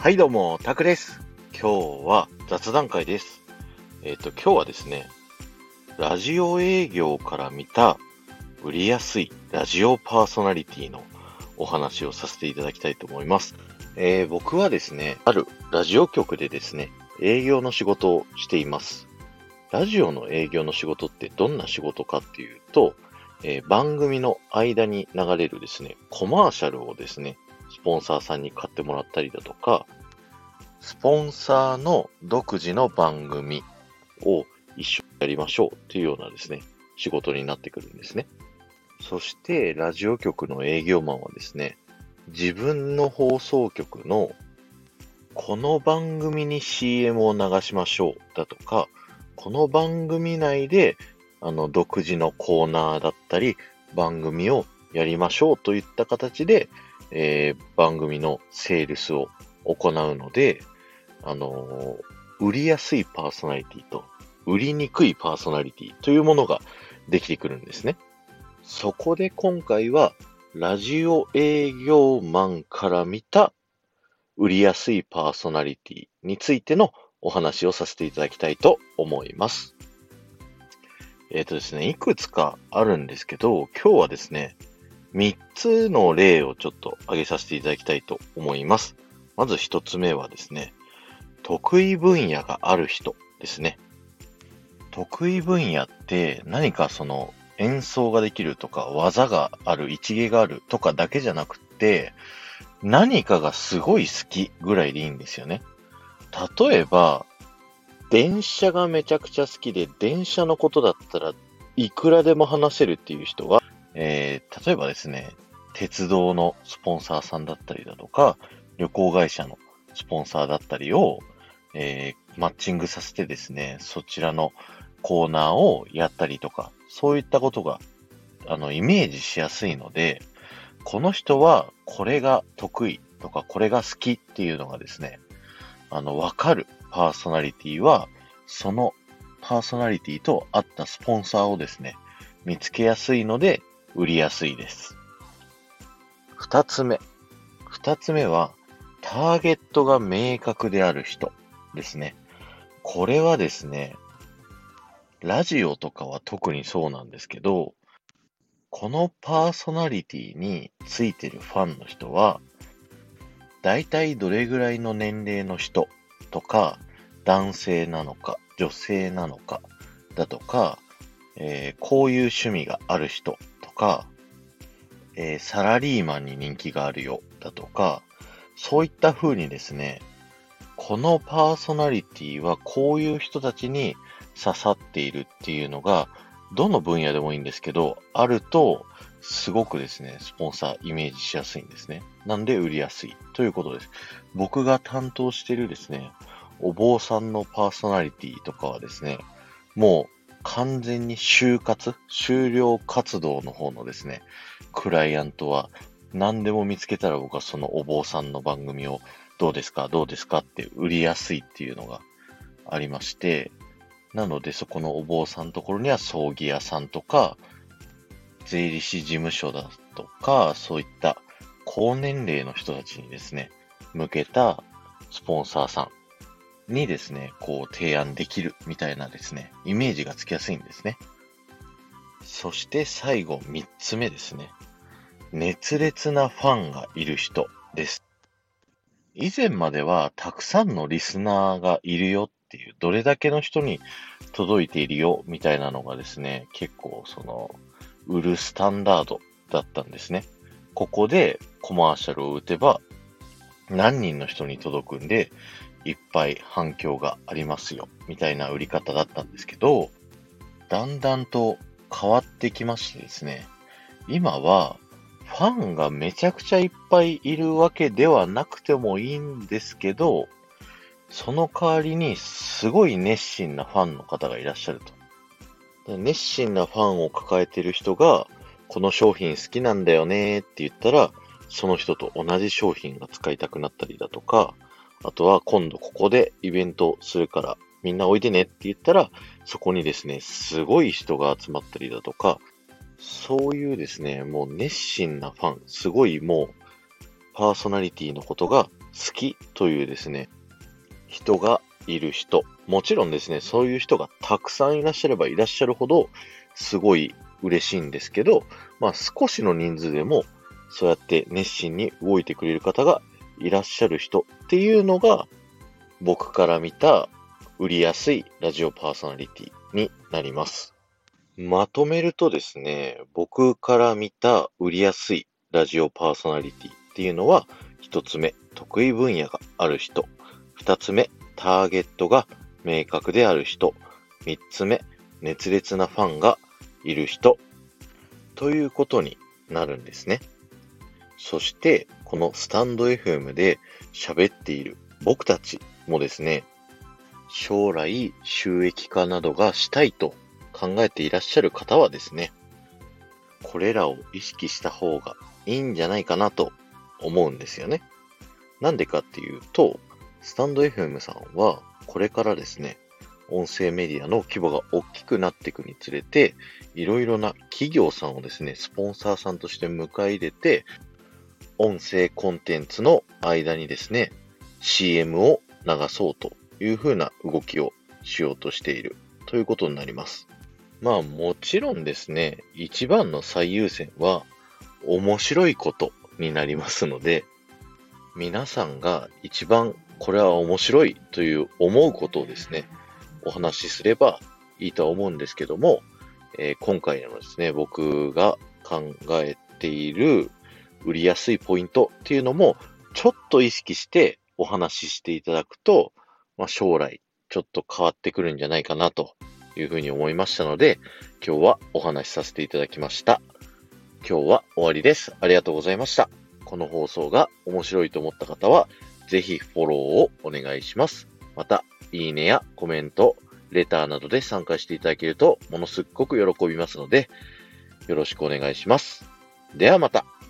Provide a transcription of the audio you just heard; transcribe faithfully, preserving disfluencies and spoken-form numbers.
はいどうも、タクです。今日は雑談会です。えっ、と、今日はですね、ラジオ営業から見た売りやすいラジオパーソナリティのお話をさせていただきたいと思います。えー僕はですね、あるラジオ局でですね、営業の仕事をしています。ラジオの営業の仕事ってどんな仕事かっていうと、えー番組の間に流れるですね、コマーシャルをですね、スポンサーさんに買ってもらったりだとか、スポンサーの独自の番組を一緒にやりましょうっていうようなですね、仕事になってくるんですね。そして、ラジオ局の営業マンはですね、自分の放送局のこの番組に シーエム を流しましょうだとか、この番組内であの独自のコーナーだったり番組をやりましょうといった形で、えー番組のセールスを行うので、あのー売りやすいパーソナリティと売りにくいパーソナリティというものができてくるんですね。そこで今回はラジオ営業マンから見た売りやすいパーソナリティについてのお話をさせていただきたいと思います。えっ、とですね、いくつかあるんですけど、今日はですね、みっつの例をちょっと挙げさせていただきたいと思います。まずひとつめはですね、得意分野がある人ですね。得意分野って何かその演奏ができるとか技がある、一芸があるとかだけじゃなくて、何かがすごい好きぐらいでいいんですよね。例えば、電車がめちゃくちゃ好きで、電車のことだったらいくらでも話せるっていう人は、えー、例えばですね、鉄道のスポンサーさんだったりだとか、旅行会社のスポンサーだったりを、えーマッチングさせてですね、そちらのコーナーをやったりとか、そういったことが、あの、イメージしやすいので、この人はこれが得意とかこれが好きっていうのがですね、あの、わかるパーソナリティは、そのパーソナリティと合ったスポンサーをですね、見つけやすいので、売りやすいです。二つ目。二つ目は、ターゲットが明確である人ですね。これはですね、ラジオとかは特にそうなんですけど、このパーソナリティについてるファンの人は、だいたいどれぐらいの年齢の人とか、男性なのか、女性なのか、だとか、えーこういう趣味がある人とか、えーサラリーマンに人気があるよ、だとか、そういった風にですね、このパーソナリティはこういう人たちに刺さっているっていうのが、どの分野でもいいんですけど、あると、すごくですね、スポンサーイメージしやすいんですね。なんで売りやすいということです。僕が担当しているですね、お坊さんのパーソナリティとかはですね、もう完全に就活、終了活動の方のですね、クライアントは何でも見つけたら僕はそのお坊さんの番組をどうですかどうですかって売りやすいっていうのがありまして、なのでそこのお坊さんのところには葬儀屋さんとか、税理士事務所だとか、そういった高年齢の人たちにですね、向けたスポンサーさんにですね、こう提案できるみたいなですね、イメージがつきやすいんですね。そして最後みっつめですね。熱烈なファンがいる人です。以前まではたくさんのリスナーがいるよっていう、どれだけの人に届いているよみたいなのがですね、結構その、売るスタンダードだったんですね。ここでコマーシャルを打てば何人の人に届くんで、いっぱい反響がありますよ、みたいな売り方だったんですけど、だんだんと変わってきましてですね、今はファンがめちゃくちゃいっぱいいるわけではなくてもいいんですけど、その代わりにすごい熱心なファンの方がいらっしゃると。熱心なファンを抱えている人が、この商品好きなんだよねって言ったら、その人と同じ商品が使いたくなったりだとか、あとは今度ここでイベントするからみんなおいでねって言ったら、そこにですね、すごい人が集まったりだとか、そういうですね、もう熱心なファン、すごいもうパーソナリティのことが好きというですね、人がいる人。もちろんですね、そういう人がたくさんいらっしゃればいらっしゃるほど、すごい嬉しいんですけど、まあ少しの人数でも、そうやって熱心に動いてくれる方がいらっしゃる人っていうのが、僕から見た売りやすいラジオパーソナリティになります。まとめるとですね、僕から見た売りやすいラジオパーソナリティっていうのは、一つ目、得意分野がある人。二つ目、ターゲットが明確である人。三つ目、熱烈なファンがいる人。ということになるんですね。そして、このスタンド エフエム で喋っている僕たちもですね、将来収益化などがしたいと考えていらっしゃる方はですね、これらを意識した方がいいんじゃないかなと思うんですよね。なんでかっていうと、スタンド エフエム さんはこれからですね、音声メディアの規模が大きくなっていくにつれて、いろいろな企業さんをですね、スポンサーさんとして迎え入れて、音声コンテンツの間にですね、シーエム を流そうというふうな動きをしようとしているということになります。まあもちろんですね、一番の最優先は面白いことになりますので、皆さんが一番これは面白いという思うことをですね、お話しすればいいとは思うんですけども、えー今回のですね、僕が考えている売りやすいポイントっていうのも、ちょっと意識してお話ししていただくと、まあ、将来ちょっと変わってくるんじゃないかなというふうに思いましたので、今日はお話しさせていただきました。今日は終わりです。ありがとうございました。この放送が面白いと思った方は、ぜひフォローをお願いします。また、いいねやコメント、レターなどで参加していただけると、ものすっごく喜びますので、よろしくお願いします。ではまた。